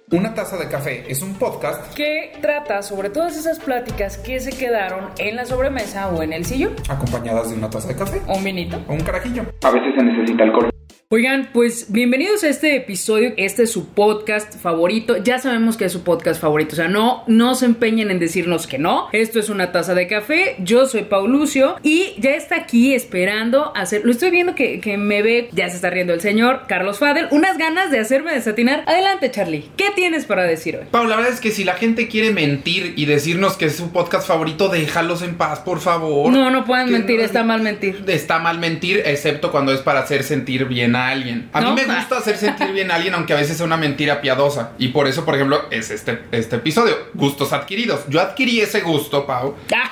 Una taza de café es un podcast que trata sobre todas esas pláticas que se quedaron en la sobremesa o en el sillón, acompañadas de una taza de café o un vinito o un carajillo. A veces se necesita alcohol. Oigan, pues bienvenidos a este episodio. Este es su podcast favorito. Ya sabemos que es su podcast favorito, o sea, no se empeñen en decirnos que no. Esto es Una Taza de Café. Yo soy Paulucio y ya está aquí esperando hacer. Lo estoy viendo que me ve. Ya se está riendo el señor Carlos Fadel. Unas ganas de hacerme desatinar. Adelante, Charlie. ¿Qué tienes para decir hoy? Pau, la verdad es que si la gente quiere mentir y decirnos que es su podcast favorito, déjalos en paz, por favor. No pueden mentir. Está mal mentir. Está mal mentir, excepto cuando es para hacer sentir bien a alguien. A mí me gusta hacer sentir bien a alguien, aunque a veces sea una mentira piadosa. Y por eso, por ejemplo, es este episodio. Gustos adquiridos. Yo adquirí ese gusto, Pau.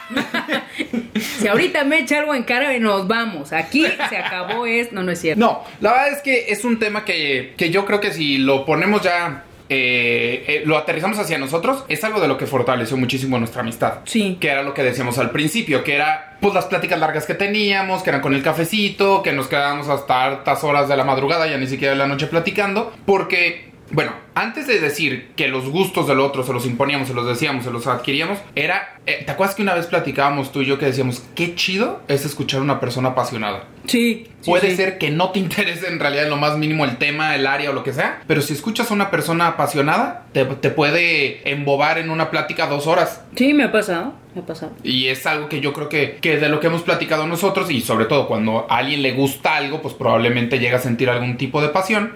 Si ahorita me echa algo en cara y nos vamos. Aquí se acabó esto. No es cierto. No, la verdad es que es un tema que yo creo que si lo ponemos ya... lo aterrizamos hacia nosotros, es algo de lo que fortaleció muchísimo nuestra amistad. Sí. Que era lo que decíamos al principio, que era pues las pláticas largas que teníamos, que eran con el cafecito, que nos quedábamos hasta hartas horas de la madrugada, ya ni siquiera de la noche platicando, porque... Bueno, antes de decir que los gustos del otro se los imponíamos, se los decíamos, se los adquiríamos, era... ¿te acuerdas que una vez platicábamos tú y yo que decíamos qué chido es escuchar a una persona apasionada? Sí. Puede ser que no te interese en realidad en lo más mínimo el tema, el área o lo que sea, pero si escuchas a una persona apasionada, te puede embobar en una plática 2 horas. Sí, me ha pasado. Y es algo que yo creo que de lo que hemos platicado nosotros, y sobre todo cuando a alguien le gusta algo, pues probablemente llega a sentir algún tipo de pasión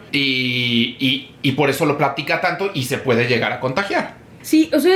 y por eso lo platica tanto y se puede llegar a contagiar. Sí, o sea,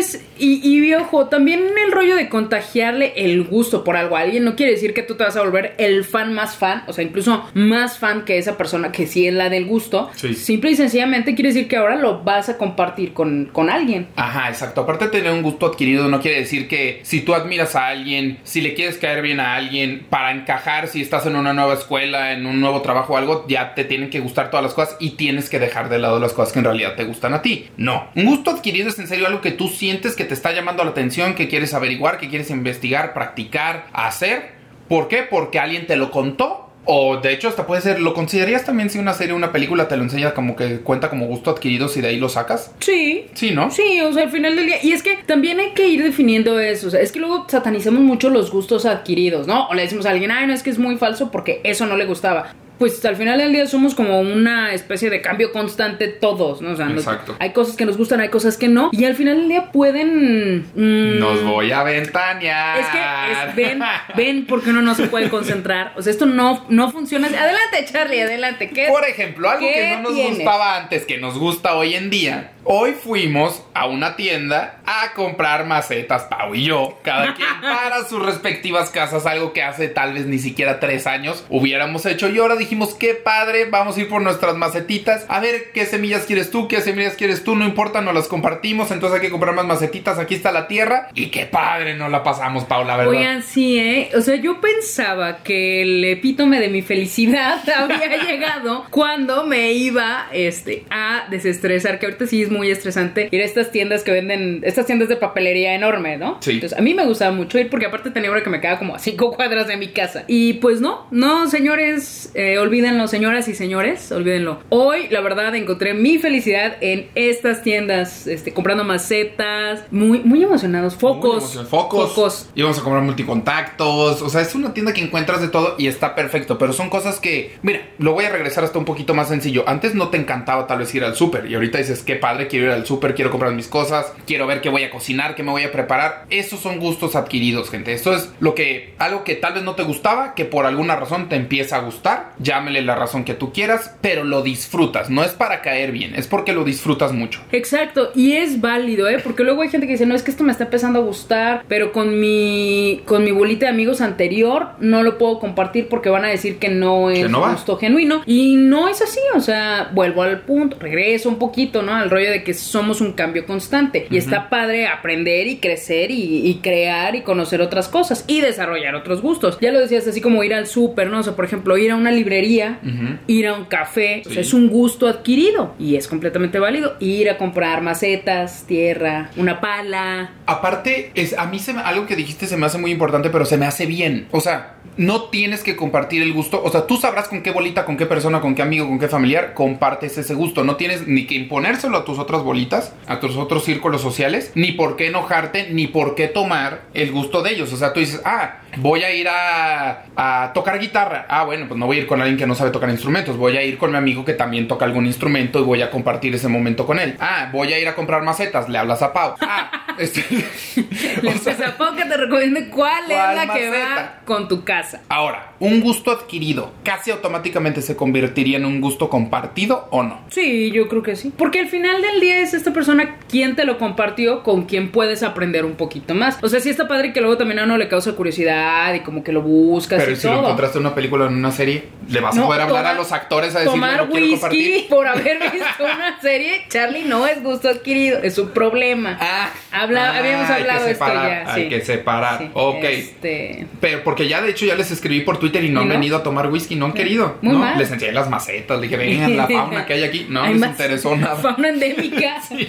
y ojo, también el rollo de contagiarle el gusto por algo a alguien no quiere decir que tú te vas a volver el fan más fan, o sea, incluso más fan que esa persona que sí es la del gusto. Sí. Simple y sencillamente quiere decir que ahora lo vas a compartir con alguien. Ajá, exacto. Aparte de tener un gusto adquirido no quiere decir que si tú admiras a alguien, si le quieres caer bien a alguien, para encajar, si estás en una nueva escuela, en un nuevo trabajo o algo, ya te tienen que gustar todas las cosas y tienes que dejar de lado las cosas que en realidad te gustan a ti. No. Un gusto adquirido es en serio algo que tú sientes que te está llamando la atención, que quieres averiguar, que quieres investigar, practicar, hacer. ¿Por qué? Porque alguien te lo contó. O de hecho hasta puede ser, ¿lo considerarías también si una serie o una película te lo enseña como que cuenta como gusto adquirido si de ahí lo sacas? Sí. Sí, ¿no? Sí, o sea, al final del día. Y es que también hay que ir definiendo eso. O sea, es que luego satanizamos mucho los gustos adquiridos, ¿no? O le decimos a alguien, ay, no, es que es muy falso porque eso no le gustaba. Pues al final del día somos como una especie de cambio constante todos, ¿no? O sea, exacto. Hay cosas que nos gustan, hay cosas que no. Y al final del día pueden... Nos voy a ventanear. Es que ven porque uno no se puede concentrar. O sea, esto no funciona. Adelante, Charlie, adelante. Por ejemplo, algo que no nos gustaba antes, que nos gusta hoy en día. Hoy fuimos a una tienda a comprar macetas, Pau y yo, cada quien para sus respectivas casas, algo que hace tal vez ni siquiera 3 años hubiéramos hecho. Y ahora dijimos, qué padre, vamos a ir por nuestras macetitas, a ver qué semillas quieres tú, qué semillas quieres tú, no importa, nos las compartimos, entonces hay que comprar más macetitas, aquí está la tierra. Y qué padre nos la pasamos, Pau, la verdad. Oigan, sí, o sea, yo pensaba que el epítome de mi felicidad había llegado cuando me iba a desestresar, que ahorita sí es muy estresante ir a estas tiendas que venden, estas tiendas de papelería enorme, ¿no? Sí. Entonces a mí me gustaba mucho ir porque aparte tenía una que me quedaba como a 5 cuadras de mi casa. Y pues no, señores, olvídenlo, señoras y señores, olvídenlo. Hoy, la verdad, encontré mi felicidad en estas tiendas, comprando macetas, muy emocionados, focos. Íbamos a comprar multicontactos, o sea, es una tienda que encuentras de todo y está perfecto, pero son cosas que, mira, lo voy a regresar hasta un poquito más sencillo. Antes no te encantaba tal vez ir al súper y ahorita dices, qué padre, quiero ir al súper, quiero comprar mis cosas, quiero ver qué voy a cocinar, qué me voy a preparar. Esos son gustos adquiridos, gente. Eso es algo que tal vez no te gustaba, que por alguna razón te empieza a gustar. Llámele la razón que tú quieras, pero lo disfrutas. No es para caer bien, es porque lo disfrutas mucho. Exacto, y es válido, porque luego hay gente que dice, no, es que esto me está empezando a gustar, pero con mi bolita de amigos anterior no lo puedo compartir porque van a decir que no es un gusto genuino. Y no es así, o sea, vuelvo al punto, regreso un poquito, ¿no? Al rollo de que somos un cambio constante. Y está padre aprender y crecer y crear y conocer otras cosas y desarrollar otros gustos. Ya lo decías, así como ir al súper, ¿no? O sea, por ejemplo, ir a una librería librería, ir a un café, o sea, es un gusto adquirido y es completamente válido. Ir a comprar macetas, tierra, una pala. Aparte, a mí algo que dijiste se me hace muy importante, pero se me hace bien. O sea, no tienes que compartir el gusto. O sea, tú sabrás con qué bolita, con qué persona, con qué amigo, con qué familiar compartes ese gusto. No tienes ni que imponérselo a tus otras bolitas, a tus otros círculos sociales, ni por qué enojarte, ni por qué tomar el gusto de ellos. O sea, tú dices, voy a ir a tocar guitarra. Bueno, pues no voy a ir con alguien que no sabe tocar instrumentos. Voy a ir con mi amigo que también toca algún instrumento y voy a compartir ese momento con él. Voy a ir a comprar macetas. Le hablas a Pau. Le hablas a Pau que te recomiende cuál es la maceta que va con tu casa. Ahora, ¿un gusto adquirido casi automáticamente se convertiría en un gusto compartido o no? Sí, yo creo que sí. Porque al final del día es esta persona quien te lo compartió, con quien puedes aprender un poquito más. O sea, sí está padre que luego también a uno le causa curiosidad y como que lo buscas. Pero y si todo. lo encontraste en una película o en una serie, ¿le vas a poder hablar a los actores a decirle tomar lo quiero compartir? whisky por haber visto una serie, Charlie, no es gusto adquirido, es un problema. Habíamos hablado de esto ya. Hay que separar. Sí, ok. Pero porque ya de hecho ya les escribí por Twitter y no han venido a tomar whisky, no han querido. Muy mal. Les enseñé las macetas, le dije, vengan, la fauna que hay aquí. No les interesó nada. Fauna endémica. Sí.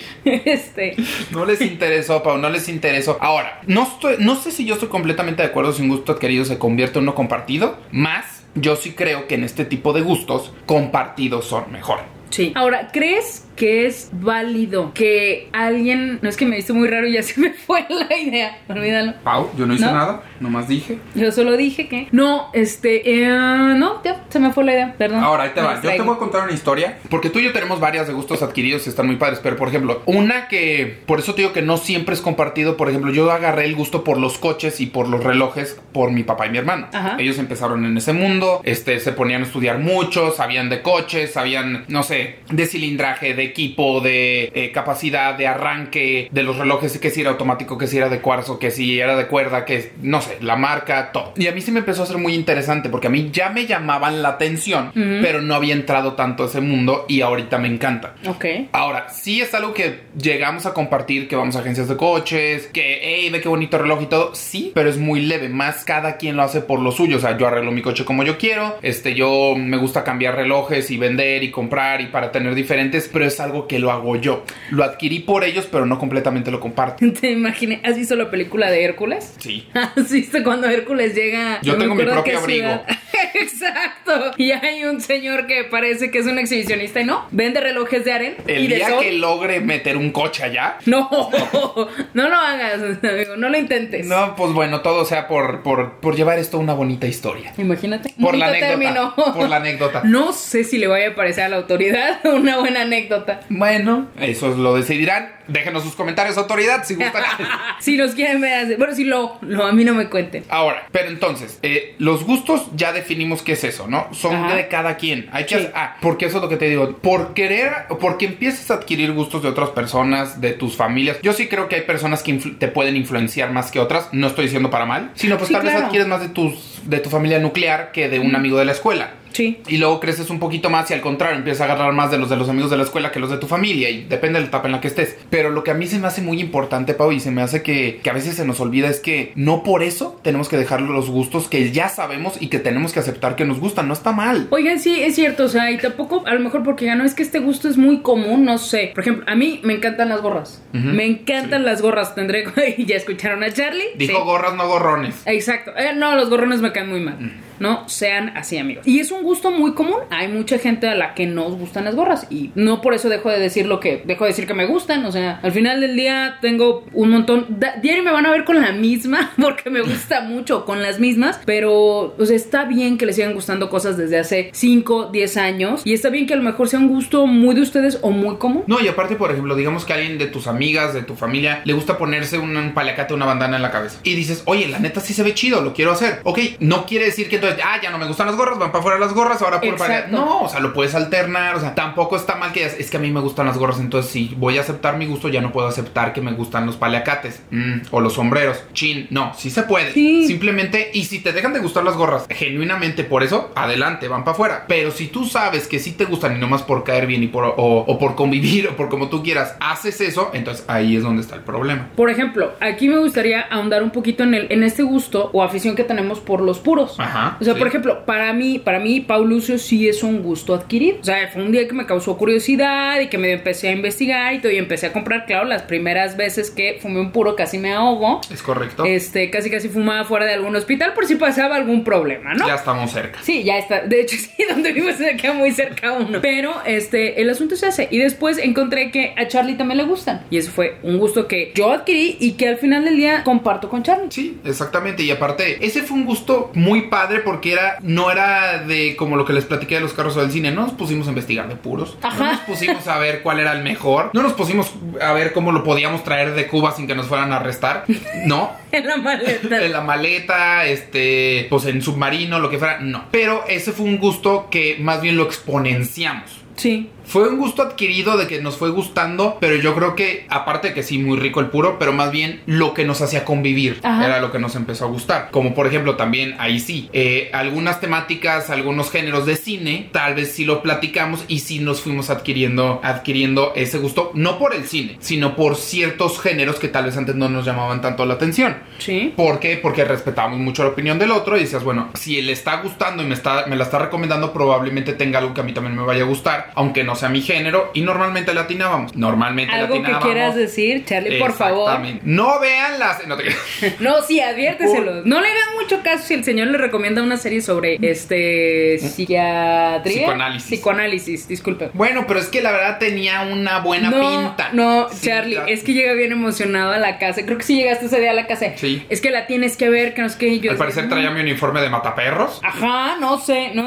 No les interesó, Pau, no les interesó. Ahora, no sé si yo estoy completamente de acuerdo si un gusto adquirido se convierte en uno compartido, más yo sí creo que en este tipo de gustos compartidos son mejor. Sí. Ahora, ¿crees que es válido que alguien... No, es que me viste muy raro y ya se me fue la idea. Olvídalo. Pau, yo no hice nada, nomás dije. Yo solo dije que... No, no, ya se me fue la idea, perdón. Ahora, ahí te va. Yo te voy a contar una historia, porque tú y yo tenemos varias de gustos adquiridos y están muy padres, pero por ejemplo, una que... Por eso te digo que no siempre es compartido. Por ejemplo, yo agarré el gusto por los coches y por los relojes por mi papá y mi hermano. Ajá. Ellos empezaron en ese mundo, se ponían a estudiar mucho, sabían de coches, sabían, no sé, de cilindraje, de equipo, de capacidad, de arranque, de los relojes, que si era automático, que si era de cuarzo, que si era de cuerda, que no sé, la marca, todo. Y a mí sí me empezó a ser muy interesante porque a mí ya me llamaban la atención, pero no había entrado tanto a ese mundo y ahorita me encanta. Ok. Ahora, sí es algo que llegamos a compartir, que vamos a agencias de coches, que, hey, ve qué bonito reloj y todo. Sí, pero es muy leve, más cada quien lo hace por lo suyo. O sea, yo arreglo mi coche como yo quiero, yo me gusta cambiar relojes y vender y comprar y para tener diferentes, pero es algo que lo hago yo. Lo adquirí por ellos, pero no completamente lo comparto. Te imaginé, ¿has visto la película de Hércules? Sí. ¿Has visto cuando Hércules llega? Yo tengo mi propio abrigo. Exacto. Y hay un señor que parece que es un exhibicionista y no, vende relojes de arena. El día que logre meter un coche allá. No lo hagas, amigo, no lo intentes. No, pues bueno, todo sea por llevar esto a una bonita historia. Imagínate. Por la anécdota. Por la anécdota. No sé si le vaya a parecer a la autoridad una buena anécdota. Bueno, eso lo decidirán. Déjenos sus comentarios, autoridad, si gustan. Si nos quieren ver así. Bueno, si a mí no me cuenten. Ahora, pero entonces, los gustos ya definimos qué es eso, ¿no? Son de cada quien. Hay que porque eso es lo que te digo. Porque empiezas a adquirir gustos de otras personas, de tus familias. Yo sí creo que hay personas que te pueden influenciar más que otras. No estoy diciendo para mal, sino pues tal vez adquieres más de tu familia nuclear que de un amigo de la escuela. Sí. Y luego creces un poquito más y al contrario empiezas a agarrar más de los amigos de la escuela que los de tu familia, y depende de la etapa en la que estés. Pero lo que a mí se me hace muy importante, Pau, y se me hace que a veces se nos olvida, es que no por eso tenemos que dejar los gustos que ya sabemos y que tenemos que aceptar que nos gustan. No está mal. Oigan, sí, es cierto, o sea, y tampoco a lo mejor porque ya no es que este gusto es muy común, no sé. Por ejemplo, a mí me encantan las gorras. Me encantan las gorras. ¿Ya escucharon a Charlie? Dijo gorras, no gorrones. Exacto. No, los gorrones me caen muy mal. No sean así, amigos. Y es un gusto muy común. Hay mucha gente a la que no os gustan las gorras y no por eso dejo de decir que me gustan. O sea, al final del día tengo un montón. Diario me van a ver con la misma porque me gusta mucho con las mismas, pero o sea, está bien que les sigan gustando cosas desde hace 5, 10 años y está bien que a lo mejor sea un gusto muy de ustedes o muy común. No, y aparte, por ejemplo, digamos que a alguien de tus amigas, de tu familia, le gusta ponerse un paliacate, una bandana en la cabeza y dices, oye, la neta sí se ve chido, lo quiero hacer. Ok, no quiere decir que entonces, ya no me gustan las gorras, van para afuera las gorras, ahora por para... No, o sea, lo puedes alternar, o sea, tampoco está mal que digas, es que a mí me gustan las gorras, entonces si voy a aceptar mi gusto, ya no puedo aceptar que me gustan los paliacates, o los sombreros, no, sí se puede, simplemente, y si te dejan de gustar las gorras, genuinamente por eso, adelante, van para afuera, pero si tú sabes que sí te gustan y nomás por caer bien y o por convivir, o por como tú quieras, haces eso, entonces ahí es donde está el problema. Por ejemplo, aquí me gustaría ahondar un poquito en este gusto o afición que tenemos por los puros. Ajá. O sea, por ejemplo, para mí Pau Lucio sí es un gusto adquirido. O sea, fue un día que me causó curiosidad y que me empecé a investigar y todo, y empecé a comprar, claro, las primeras veces que fumé un puro casi me ahogo. Es correcto. Casi fumaba fuera de algún hospital por si pasaba algún problema, ¿no? Ya estamos cerca. Sí, ya está. De hecho, sí, donde vivo se queda muy cerca uno. Pero, el asunto se hace. Y después encontré que a Charlie también le gustan. Y eso fue un gusto que yo adquirí y que al final del día comparto con Charlie. Sí, exactamente. Y aparte, ese fue un gusto muy padre porque no era de como lo que les platiqué de los carros o del cine. No nos pusimos a investigar de puros. Ajá. No nos pusimos a ver cuál era el mejor. No nos pusimos a ver cómo lo podíamos traer de Cuba sin que nos fueran a arrestar. No. En la maleta. En la maleta, pues en submarino, lo que fuera. No. Pero ese fue un gusto que más bien lo exponenciamos. Sí. Fue un gusto adquirido de que nos fue gustando, pero yo creo que, aparte de que sí, muy rico el puro, pero más bien lo que nos hacía convivir. Ajá. Era lo que nos empezó a gustar. Como por ejemplo también, ahí sí, algunas temáticas, algunos géneros de cine, tal vez sí lo platicamos y sí nos fuimos adquiriendo ese gusto, no por el cine, sino por ciertos géneros que tal vez antes no nos llamaban tanto la atención. Sí. ¿Por qué? Porque respetábamos mucho la opinión del otro y decías, bueno, si le está gustando y me la está recomendando, probablemente tenga algo que a mí también me vaya a gustar, aunque no sea mi género, y normalmente le atinábamos. ¿Algo que quieras decir, Charlie, por favor? No vean las... No, sí, adviérteselo. No le hagan mucho caso si el señor le recomienda una serie sobre psiquiatría. Psicoanálisis, disculpe. Bueno, pero es que la verdad tenía una buena pinta. No, sí, Charlie, es que llega bien emocionado a la casa. Creo que sí llegaste ese día a la casa. Sí. Es que la tienes que ver, que no sé qué. Al parecer traía mi uniforme de mataperros. Ajá, no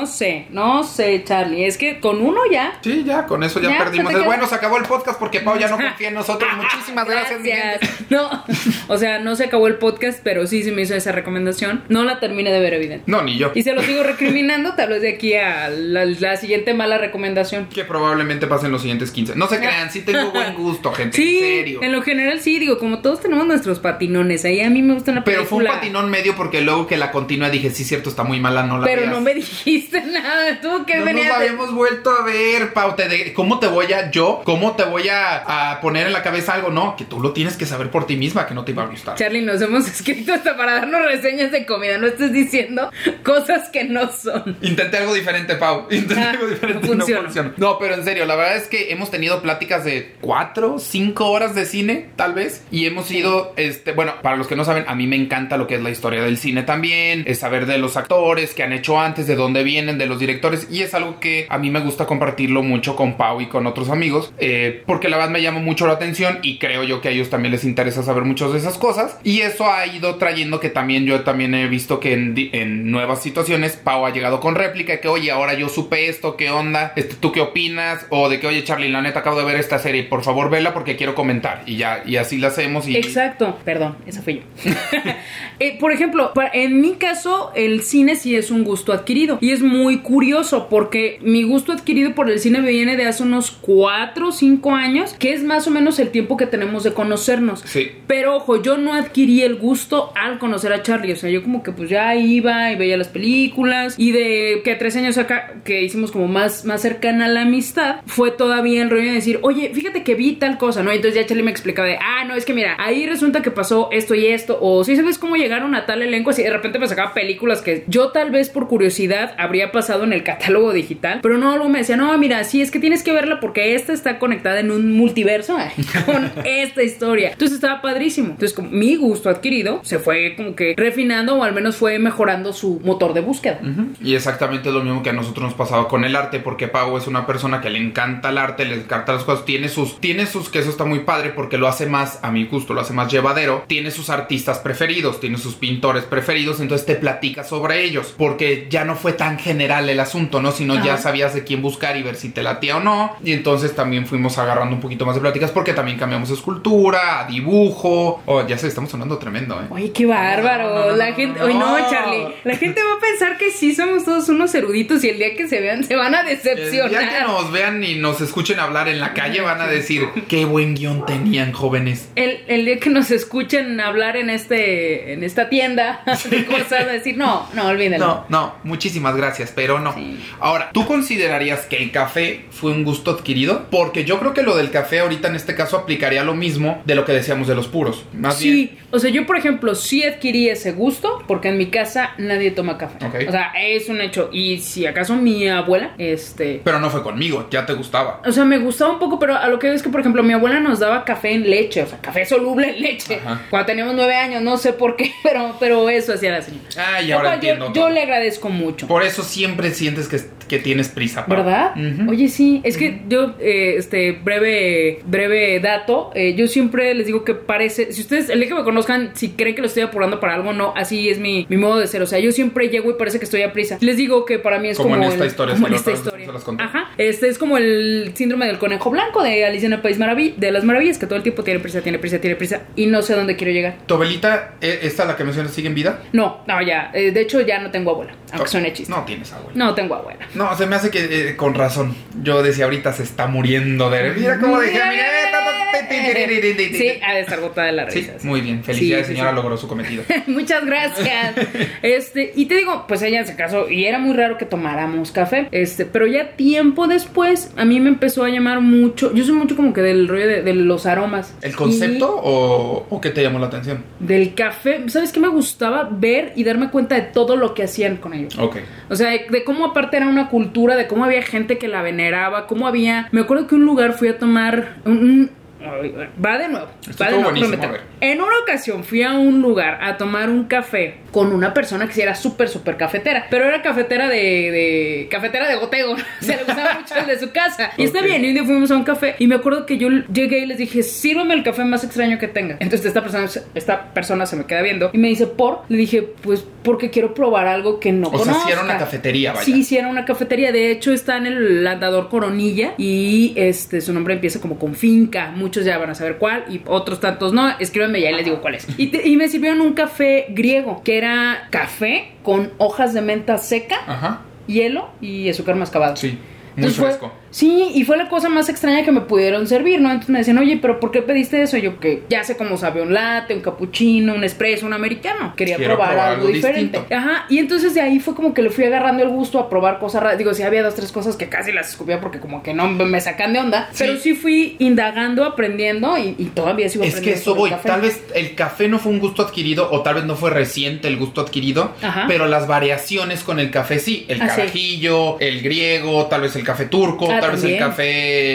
sé, Charlie. Es que con uno ya. Sí, ya, con eso ya perdimos. Bueno, se acabó el podcast porque Pau ya no confía en nosotros. Muchísimas gracias. No, o sea, no se acabó el podcast, pero sí se me hizo esa recomendación. No la terminé de ver, evidente. No, ni yo. Y se lo sigo recriminando tal vez de aquí a la siguiente mala recomendación. Que probablemente pasen los siguientes 15. No se crean, sí tengo buen gusto, gente. Sí, en serio. En lo general sí, digo, como todos tenemos nuestros patinones. Ahí a mí me gusta una película. Pero fue un patinón medio porque luego que la continua dije, sí, cierto, está muy mala, no la Pero veas. no me dijiste nada, tú que venías. No nos habíamos vuelto a ver, Pau. ¿Cómo te voy a poner en la cabeza algo? No, que tú lo tienes que saber por ti misma, que no te iba a gustar. Charlie, nos hemos escrito hasta para darnos reseñas de comida. No estés diciendo cosas que no son. Intenté algo diferente, Pau. Algo diferente. No funciona. No, pero en serio, la verdad es que hemos tenido pláticas de 4, 5 horas de cine, tal vez. Y hemos ido, bueno, para los que no saben, a mí me encanta lo que es la historia del cine también. Es saber de los actores que han hecho antes, de dónde vienen, de los directores. Y es algo que a mí me gusta compartirlo mucho con Pau y con otros amigos. Porque la verdad me llama mucho la atención y creo yo que a ellos también les interesa saber muchas de esas cosas. Y eso ha ido trayendo que yo también he visto que en nuevas situaciones Pau ha llegado con réplica y que, oye, ahora yo supe esto, ¿qué onda? ¿Tú qué opinas? O de que, oye, Charlie, la neta acabo de ver esta serie, por favor vela porque quiero comentar. Y ya, y así la hacemos. Exacto, perdón, esa fui yo. Por ejemplo, en mi caso, el cine sí es un gusto adquirido. Y es muy curioso porque mi gusto adquirido por el cine viene de hace unos 4 o 5 años, que es más o menos el tiempo que tenemos de conocernos. Sí. Pero ojo, yo no adquirí el gusto al conocer a Charlie. O sea, yo como que pues ya iba y veía las películas. Y de que 3 años acá, que hicimos como más cercana a la amistad, fue todavía el rollo de decir, oye, fíjate que vi tal cosa, ¿no? Entonces ya Charlie me explicaba de, no, es que mira, ahí resulta que pasó esto y esto. O si sabes cómo llegaron a tal elenco, así de repente me sacaba películas que yo tal vez por curiosidad habría pasado en el catálogo digital. Pero no, luego me decía, no, mira, sí, es que tienes que verla porque esta está conectada en un multiverso con esta historia. Entonces estaba padrísimo. Entonces como mi gusto adquirido se fue como que refinando o al menos fue mejorando su motor de búsqueda. Y exactamente lo mismo que a nosotros nos pasaba con el arte, porque Pau es una persona que le encanta el arte, le encanta las cosas, tiene sus que eso está muy padre porque lo hace más, a mi gusto, lo hace más llevadero, tiene sus artistas preferidos, tiene sus pintores preferidos, entonces te platica sobre ellos, porque ya no fue tan general el asunto, ¿no? Sino ya sabías de quién buscar y ver si te latía o no, y entonces también fuimos agarrando un poquito más de pláticas porque también cambiamos a escultura, a dibujo, ya sé, estamos sonando tremendo, Oye, qué bárbaro, la gente, Charlie, la gente va a pensar que sí somos todos unos eruditos y el día que se vean se van a decepcionar. El día que nos vean y nos escuchen hablar en la calle van a decir, qué buen guión tenían, jóvenes. El día que nos escuchen hablar en esta tienda de cosas, decir, no, olvídenlo. No, muchísimas gracias, pero no. Sí. Ahora, ¿tú considerarías que el café fue un gusto adquirido, porque yo creo que lo del café ahorita en este caso aplicaría lo mismo de lo que decíamos de los puros. Más bien. O sea, yo por ejemplo sí adquirí ese gusto porque en mi casa nadie toma café. Okay. O sea, es un hecho. Y si acaso mi abuela, Pero no fue conmigo, ya te gustaba. O sea, me gustaba un poco, pero a lo que veo es que, por ejemplo, mi abuela nos daba café en leche, o sea, café soluble en leche. Ajá. Cuando teníamos 9 años, no sé por qué, pero eso hacía la señora. Ah, y ahora entiendo. Yo le agradezco mucho. Por eso siempre sientes que tienes prisa. ¿Verdad? Uh-huh. Oye, sí, es que yo, breve dato, yo siempre les digo que parece, si ustedes, el día que me conozcan, si creen que lo estoy apurando para algo, no, así es mi modo de ser, o sea, yo siempre llego y parece que estoy a prisa. Les digo que para mí es como en esta historia. Como en esta historia. Ajá, es como el síndrome del conejo blanco de Alicia en el País de las Maravillas, que todo el tiempo tiene prisa, y no sé a dónde quiero llegar. ¿Tu abuelita, esta la que mencionas, sigue en vida? No, ya, de hecho ya no tengo abuela, aunque suene chiste. No tienes abuela. No tengo abuela. No, se me hace que con razón. Yo decía, ahorita se está muriendo de... Mira cómo dejé, Sí, ha de estar botada de la risa. Sí, muy bien. Felicidades, sí, señora, sí. logró su cometido. Muchas gracias. Y te digo, pues ella se casó y era muy raro que tomáramos café. Pero ya tiempo después, a mí me empezó a llamar mucho. Yo soy mucho como que del rollo de los aromas. ¿El concepto o qué te llamó la atención? Del café. ¿Sabes qué me gustaba? Ver y darme cuenta de todo lo que hacían con ellos. Ok. O sea, de cómo aparte era una cultura, de cómo había gente que la veneraba, cómo había... Me acuerdo que un lugar fui a tomar Va de nuevo. En una ocasión fui a un lugar a tomar un café con una persona que sí era súper cafetera, pero era cafetera de cafetera de goteo. Se le gustaba mucho el de su casa. Y está bien, y un día fuimos a un café y me acuerdo que yo llegué y les dije, sírvame el café más extraño que tenga. Entonces esta persona se me queda viendo y me dice, le dije, pues porque quiero probar algo que no conozca. O sea, si era una cafetería, vaya. Sí, era una cafetería. De hecho, está en el Andador Coronilla y su nombre empieza como con finca. Muchos ya van a saber cuál y otros tantos no. Escríbanme ya y les digo cuál es. Y me sirvieron un café griego, que era café con hojas de menta seca, ajá, hielo y azúcar mascabado. Sí, muy fresco. Sí, y fue la cosa más extraña que me pudieron servir, ¿no? Entonces me decían, oye, ¿pero por qué pediste eso? Y yo, que ya sé cómo sabe un latte, un cappuccino, un espresso, un americano. Quiero probar algo diferente. Distinto. Ajá, y entonces de ahí fue como que le fui agarrando el gusto a probar cosas raras. Digo, sí, había 2, 3 cosas que casi las escupía porque como que no me sacan de onda. Sí. Pero sí fui indagando, aprendiendo y todavía sigo aprendiendo. Es que eso voy, tal vez el café no fue un gusto adquirido o tal vez no fue reciente el gusto adquirido, ajá, pero las variaciones con el café sí. El carajillo, el griego, tal vez el café turco, tal vez el café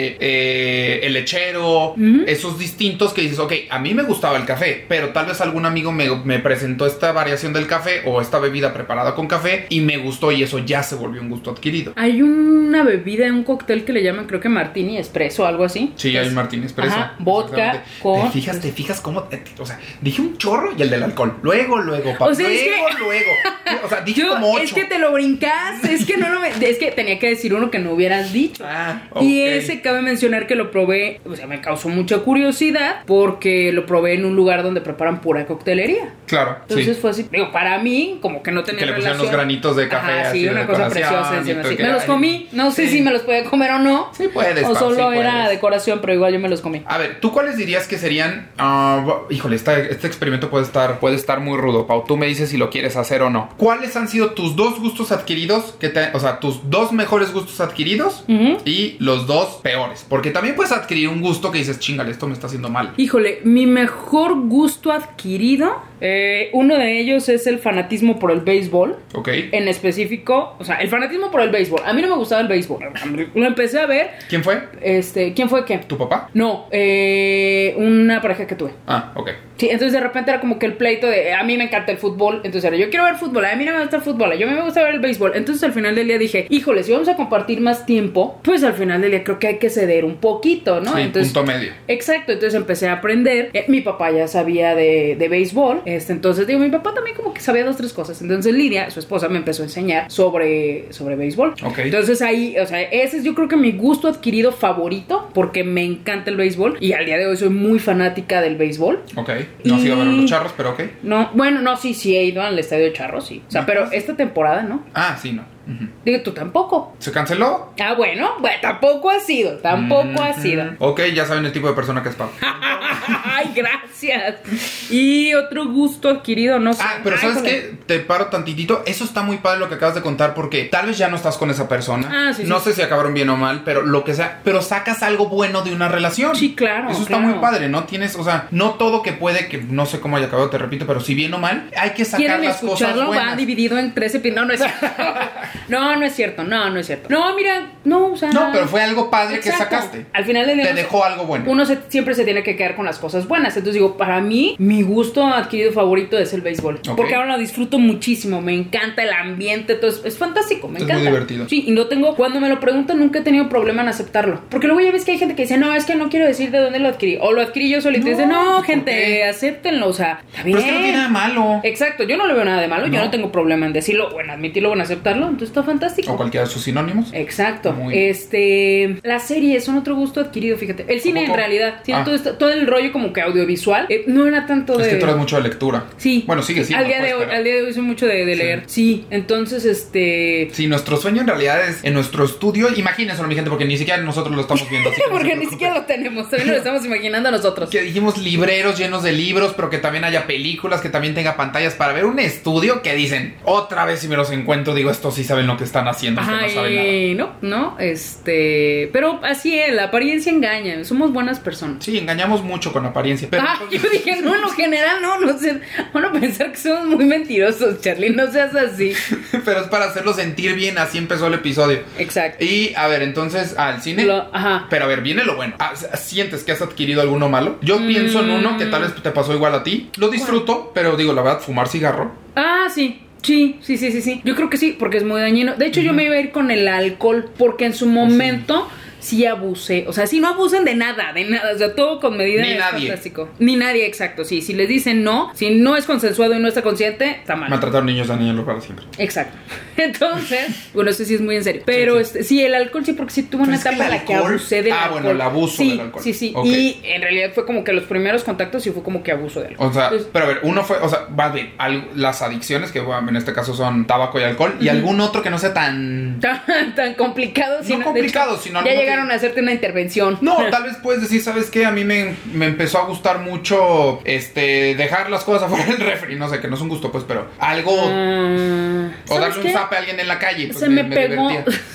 el lechero, esos distintos que dices, ok, a mí me gustaba el café, pero tal vez algún amigo me presentó esta variación del café o esta bebida preparada con café y me gustó y eso ya se volvió un gusto adquirido. Hay una bebida, un cóctel que le llaman, creo que martini espresso o algo así. Sí, hay martini espresso. Ajá, vodka con... ¿Te fijas cómo? O sea, dije un chorro y el del alcohol. Luego, papá. O sea, luego. O sea, dije como 8. Es que te lo brincas, es que tenía que decir uno que no hubieras dicho. Okay. Y ese cabe mencionar que lo probé, o sea, me causó mucha curiosidad porque lo probé en un lugar donde preparan pura coctelería. Claro. Entonces fue así, digo, para mí, como que no tenía que le pusieron unos granitos de café. Ajá, sí, una cosa preciosa encima. Así. Me los comí, no sé si me los podía comer o no. Sí puedes. O solo era decoración, pero igual yo me los comí. A ver, ¿tú cuáles dirías que serían? Híjole, este experimento puede estar muy rudo, Pau. Tú me dices si lo quieres hacer o no. ¿Cuáles han sido tus 2 gustos adquiridos? O sea, tus 2 mejores gustos adquiridos y los 2 peores. Porque también puedes adquirir un gusto que dices, chingale, esto me está haciendo mal. Híjole, mi mejor gusto adquirido, uno de ellos es el fanatismo por el béisbol. Ok. En específico, o sea, el fanatismo por el béisbol. A mí no me gustaba el béisbol. Lo empecé a ver. ¿Quién fue? ¿Quién fue qué? ¿Tu papá? No, una pareja que tuve. Ah, ok. Sí, entonces de repente era como que el pleito de a mí me encanta el fútbol, entonces era yo quiero ver fútbol, a mí no me gusta el fútbol, a mí me gusta ver el béisbol. Entonces al final del día dije, híjole, si vamos a compartir más tiempo, pues al final del día creo que hay que ceder un poquito, ¿no? Sí, entonces, punto medio. Exacto, entonces empecé a aprender. Mi papá ya sabía de béisbol, entonces digo, mi papá también como que sabía 2, 3 cosas. Entonces Lidia, su esposa, me empezó a enseñar sobre béisbol. Ok. Entonces ahí, o sea, ese es yo creo que mi gusto adquirido favorito, porque me encanta el béisbol y al día de hoy soy muy fanática del béisbol. Ok. No sigo a ver los Charros, pero ok. No, bueno, no, sí he ido al estadio de Charros, sí. O sea, pero esta temporada, ¿no? Ah, sí, no. Digo, tú tampoco. ¿Se canceló? Ah, bueno, tampoco ha sido. Ok, ya saben el tipo de persona que es Pau. Ay, gracias. Y otro gusto adquirido, no sé. Pero ¿sabes qué? Te paro tantitito. Eso está muy padre lo que acabas de contar, porque tal vez ya no estás con esa persona. No sé si acabaron bien o mal, pero lo que sea. Pero sacas algo bueno de una relación. Sí, claro. Eso está muy padre, ¿no? Tienes, o sea, no todo que puede, que no sé cómo haya acabado, te repito, pero si bien o mal, hay que sacar las cosas buenas. Va dividido en 13 no es cierto. No es cierto. No, mira, no, o sea. No, pero fue algo padre que sacaste. Al final del día te dejó algo bueno. Uno siempre se tiene que quedar con las cosas buenas. Entonces digo, para mí, mi gusto adquirido favorito es el béisbol. Okay. Porque ahora lo disfruto muchísimo. Me encanta el ambiente, todo es fantástico, me encanta. Es muy divertido. Sí, y no tengo, cuando me lo preguntan, nunca he tenido problema en aceptarlo. Porque luego ya ves que hay gente que dice, no, es que no quiero decir de dónde lo adquirí. O lo adquirí yo solito. Y dice, no, gente, acéptenlo. O sea, está bien. Pero es que no tiene nada malo. Exacto, yo no le veo nada de malo. Yo no tengo problema en decirlo, o en admitirlo, o en aceptarlo. Entonces está fantástico. O cualquiera de sus sinónimos. Exacto. Las series son otro gusto adquirido, fíjate. El cine, en realidad. Todo el rollo como que audiovisual. No era tanto de... Es que tú eres mucho de lectura. Sí. Bueno, sigue siendo. Al día de hoy soy mucho de leer. Sí, entonces Sí, nuestro sueño en realidad es en nuestro estudio. Imagínense, mi gente, porque ni siquiera nosotros lo estamos viendo. Así porque ni siquiera lo tenemos. También lo estamos imaginando nosotros. Que dijimos libreros llenos de libros, pero que también haya películas, que también tenga pantallas para ver un estudio que dicen, otra vez si me los encuentro, digo, estos sí saben lo que están haciendo. No saben nada. No, pero así es, la apariencia engaña. Somos buenas personas. Sí, engañamos mucho con apariencia. Pero yo dije, no, en lo general, no sé. Van a pensar que somos muy mentirosos, Charlie. No seas así. Pero es para hacerlo sentir bien. Así empezó el episodio. Exacto. Y a ver, entonces, al cine. Pero a ver, viene lo bueno. ¿Sientes que has adquirido alguno malo? Yo pienso en uno que tal vez te pasó igual a ti. Lo disfruto, pero digo, la verdad, fumar cigarro. Sí. Sí. Yo creo que sí, porque es muy dañino. De hecho, yo me iba a ir con el alcohol, porque en su momento... Sí abusé, o sea, sí, no abusen de nada, o sea, todo con medida. Ni nadie. Fantástico. Ni nadie, exacto, sí, si les dicen no, si no es consensuado y no está consciente, está mal. Maltratar niños a niños para siempre. Exacto. Entonces, bueno, eso sí es muy en serio, pero sí, el alcohol sí, porque sí tuve una etapa en la que abusé del alcohol. Bueno, el abuso del alcohol. Sí, okay. Y en realidad fue como que los primeros contactos sí fue como que abuso del alcohol. O sea, entonces, pero a ver, uno fue, o sea, va de las adicciones, que bueno, en este caso son tabaco y alcohol, y algún otro que no sea tan complicado. No complicado, sino ya llegaron a hacerte una intervención. No, tal vez puedes decir, ¿sabes qué? A mí me empezó a gustar mucho dejar las cosas afuera del refri, no sé, que no es un gusto, pues, pero algo o darle un zape a alguien en la calle, pues, se me pegó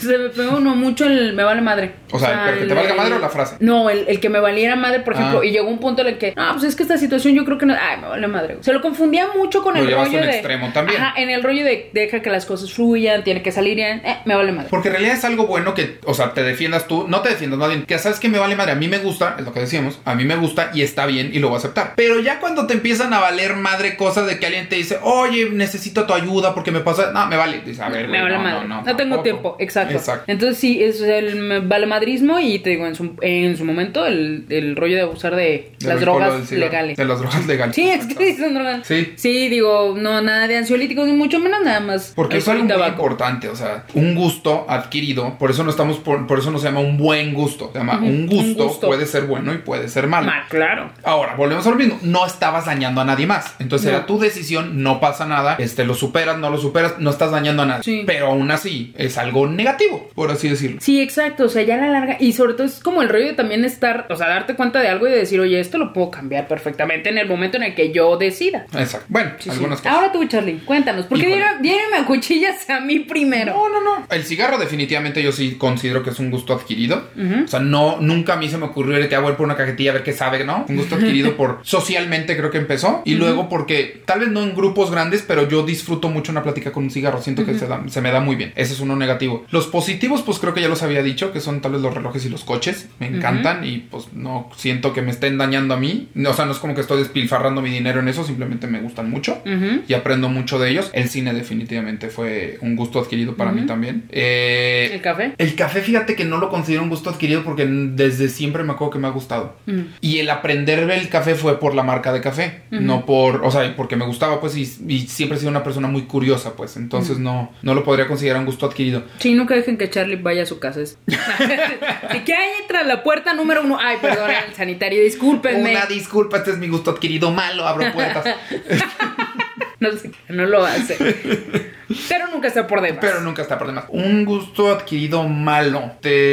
no mucho el me vale madre. O sea, ¿pero que te valga madre o la frase? No, el que me valiera madre, por ejemplo, y llegó un punto en el que, pues es que esta situación yo creo que no, me vale madre. Se lo confundía mucho con el rollo de extremo también. En el rollo de deja que las cosas fluyan, tiene que salir, me vale madre. Porque en realidad es algo bueno que, o sea, te defiendas tú, no te defiendas, más bien, que sabes que me vale madre, a mí me gusta, es lo que decíamos, a mí me gusta y está bien y lo voy a aceptar. Pero ya cuando te empiezan a valer madre cosas de que alguien te dice, oye, necesito tu ayuda porque me pasa, no, me vale. Dice, a ver, güey, me vale madre. No tengo tiempo, exacto. Entonces sí, es el valemadrismo y te digo, en su momento el rollo de abusar de las drogas legales. De las drogas legales. Sí, es que son drogas. Sí, digo, no, nada de ansiolíticos ni mucho menos, nada más. Porque eso es algo muy importante, o sea, un gusto adquirido, por eso por eso no se llama un buen gusto, se llama un gusto puede ser bueno y puede ser malo. Claro. Ahora, volvemos a lo mismo. No estabas dañando a nadie más. Entonces era tu decisión, no pasa nada. Lo superas, no lo superas, no estás dañando a nadie. Sí. Pero aún así es algo negativo, por así decirlo. Sí, exacto. O sea, ya a la larga. Y sobre todo es como el rollo de también estar, o sea, darte cuenta de algo y de decir, oye, esto lo puedo cambiar perfectamente en el momento en el que yo decida. Exacto. Bueno, algunas cosas. Ahora tú, Charlie, cuéntanos. ¿Por qué dieron a cuchillas a mí primero? No. El cigarro definitivamente yo sí considero que es un gusto adquirido. O sea, nunca a mí se me ocurrió ir a ver por una cajetilla a ver qué sabe, ¿no? Un gusto adquirido por socialmente creo que empezó. Y luego porque, tal vez no en grupos grandes, pero yo disfruto mucho una plática con un cigarro. Siento que se me da muy bien. Ese es uno negativo. Los positivos, pues creo que ya los había dicho, que son tal vez los relojes y los coches. Me encantan y pues no siento que me estén dañando a mí. O sea, no es como que estoy despilfarrando mi dinero en eso, simplemente me gustan mucho y aprendo mucho de ellos. El cine definitivamente fue un gusto adquirido para mí también. ¿El café? El café, fíjate que no lo considero un gusto adquirido porque desde siempre me acuerdo que me ha gustado. Y el aprender el café fue por la marca de café, no por, o sea, porque me gustaba, pues, y siempre he sido una persona muy curiosa, pues, entonces no lo podría considerar un gusto adquirido. Sí, nunca dejen que Charlie vaya a su casa. Si que ahí entra la puerta número 1. Ay, perdón, el sanitario, discúlpenme. Una disculpa, este es mi gusto adquirido malo, abro puertas. No sé, no lo hace. Pero nunca está por demás. Pero nunca está por demás. Un gusto adquirido malo.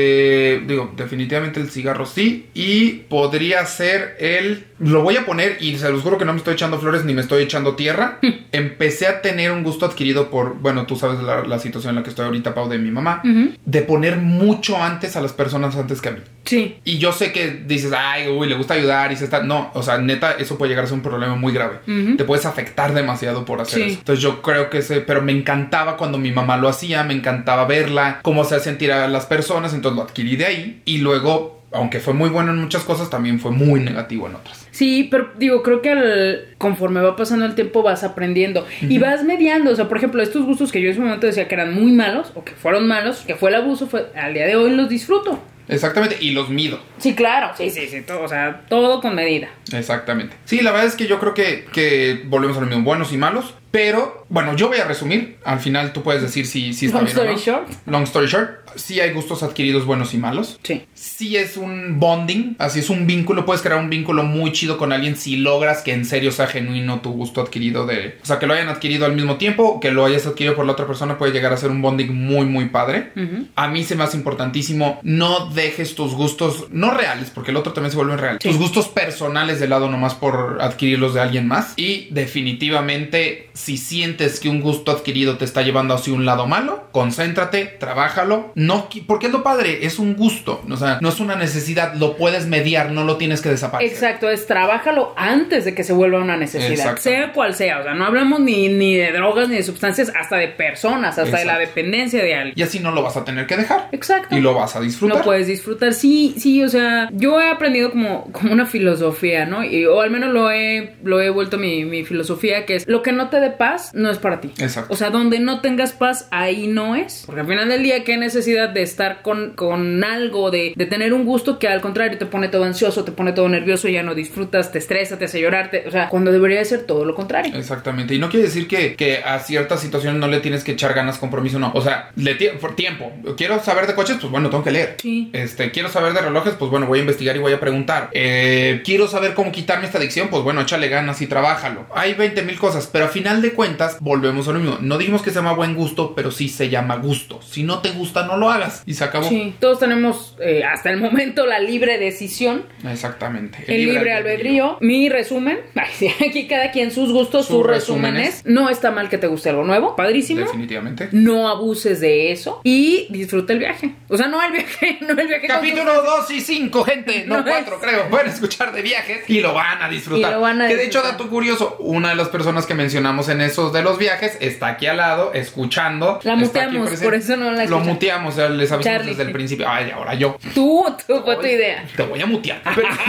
Te digo, definitivamente el cigarro sí. Y podría ser lo voy a poner y se los juro que no me estoy echando flores ni me estoy echando tierra. Empecé a tener un gusto adquirido por, bueno, tú sabes la situación en la que estoy ahorita, Pau, de mi mamá. De poner mucho antes a las personas antes que a mí. Sí. Y yo sé que dices, ay, uy, le gusta ayudar y se está... No, o sea, neta, eso puede llegar a ser un problema muy grave. Te puedes afectar demasiado por hacer eso. Entonces yo creo que pero me encantaba cuando mi mamá lo hacía, me encantaba verla, cómo se hacían sentir a las personas, entonces lo adquirí de ahí. Y luego, aunque fue muy bueno en muchas cosas, también fue muy negativo en otras. Sí, pero digo, creo que conforme va pasando el tiempo vas aprendiendo y vas mediando. O sea, por ejemplo, estos gustos que yo en ese momento decía que eran muy malos o que fueron malos, que fue el abuso, al día de hoy los disfruto. Exactamente, y los mido. Sí, claro, sí, todo, o sea, todo con medida. Exactamente. Sí, la verdad es que yo creo que volvemos a lo mismo, buenos y malos. Pero, bueno, yo voy a resumir. Al final tú puedes decir si está bien o no. Long story short. Sí hay gustos adquiridos buenos y malos. Sí. Sí es un bonding, así es un vínculo. Puedes crear un vínculo muy chido con alguien si logras que en serio sea genuino tu gusto adquirido o sea, que lo hayan adquirido al mismo tiempo, que lo hayas adquirido por la otra persona, puede llegar a ser un bonding muy, muy padre. A mí se me hace importantísimo, no dejes tus gustos, no reales, porque el otro también se vuelve real. Tus gustos personales de lado nomás por adquirirlos de alguien más. Y definitivamente, si sientes que un gusto adquirido te está llevando hacia un lado malo, concéntrate, trabájalo. No, porque es lo padre, es un gusto, o sea, no es una necesidad, lo puedes mediar, no lo tienes que desaparecer. Exacto, trabájalo antes de que se vuelva una necesidad, sea cual sea, o sea, no hablamos ni de drogas ni de sustancias, hasta de personas, hasta de la dependencia de alguien. Y así no lo vas a tener que dejar. Exacto. Y lo vas a disfrutar. Lo puedes disfrutar, sí, o sea, yo he aprendido como una filosofía, ¿no? O al menos lo he vuelto mi filosofía, que es, lo que no te dé paz, no es para ti. Exacto. O sea, donde no tengas paz, ahí no es. Porque al final del día, ¿qué necesidad de estar con algo, de tener un gusto que al contrario te pone todo ansioso, te pone todo nervioso, ya no disfrutas, te estresa, te hace llorar, o sea, cuando debería ser todo lo contrario. Exactamente, y no quiere decir que a ciertas situaciones no le tienes que echar ganas, compromiso, no, o sea, tiempo, quiero saber de coches, pues bueno, tengo que leer. Sí. Quiero saber de relojes, pues bueno, voy a investigar y voy a preguntar. Quiero saber cómo quitarme esta adicción, pues bueno, échale ganas y trabájalo. Hay 20,000 cosas, pero a final de cuentas volvemos a lo mismo. No dijimos que se llama buen gusto, pero sí se llama gusto. Si no te gusta, no lo hagas. Y se acabó. Sí, todos tenemos hasta el momento la libre decisión. Exactamente. El libre albedrío. Mi resumen. Aquí cada quien sus gustos, sus resúmenes. No está mal que te guste algo nuevo. Padrísimo. Definitivamente. No abuses de eso. Y disfruta el viaje. O sea, no el viaje. Capítulo 2 y 5, gente. No 4, creo. Pueden escuchar de viajes y lo van a disfrutar. Que de hecho, dato curioso, una de las personas que mencionamos en esos de los viajes está aquí al lado, escuchando. La muteamos, por eso no la escuchan. Lo muteamos, o sea, les avisamos desde el principio. Ay, ahora yo. Tú fue tu idea. Te voy a mutear.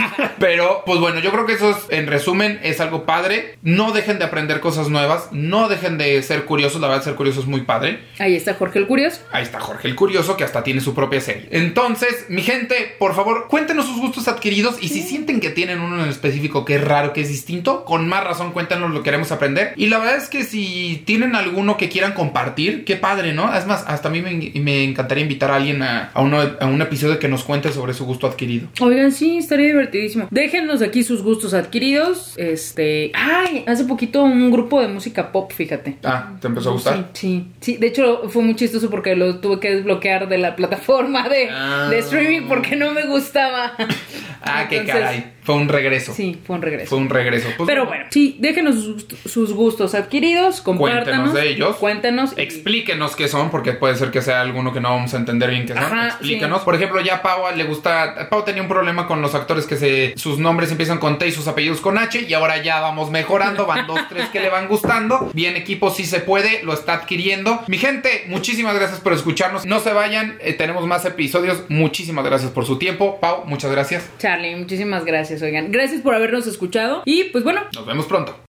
Pero, pues bueno, yo creo que eso es, en resumen, es algo padre. No dejen de aprender cosas nuevas. No dejen de ser curiosos. La verdad, ser curioso es muy padre. Ahí está Jorge el Curioso. Ahí está Jorge el Curioso, que hasta tiene su propia serie. Entonces, mi gente, por favor, cuéntenos sus gustos adquiridos. Y si sienten que tienen uno en específico que es raro, que es distinto, con más razón cuéntenos, lo queremos aprender. Y la verdad es que si tienen alguno que quieran compartir, qué padre, ¿no? Es más, hasta a mí me encantaría invitar a alguien a un episodio que nos cuente sobre su gusto adquirido. Oigan, sí, estaría divertidísimo. Déjennos aquí sus gustos adquiridos. Ay, hace poquito un grupo de música pop, fíjate. Ah, ¿te empezó a gustar? Sí. De hecho, fue muy chistoso porque lo tuve que desbloquear de la plataforma de streaming porque no me gustaba. Qué caray. Fue un regreso. Sí, fue un regreso. Pues, pero bueno, sí, déjenos sus gustos adquiridos, compártanos. Cuéntenos de ellos. Cuéntanos. Explíquenos qué son, porque puede ser que sea alguno que no vamos a entender bien qué son. Ajá, explíquenos. Sí. Por ejemplo, ya a Pau le gusta... Pau tenía un problema con los actores que sus nombres empiezan con T y sus apellidos con H, y ahora ya vamos mejorando. Van 2, 3 que le van gustando. Bien, equipo, sí se puede, lo está adquiriendo. Mi gente, muchísimas gracias por escucharnos. No se vayan, tenemos más episodios. Muchísimas gracias por su tiempo. Pau, muchas gracias. Charlie, muchísimas gracias, oigan. Gracias por habernos escuchado y pues bueno, nos vemos pronto.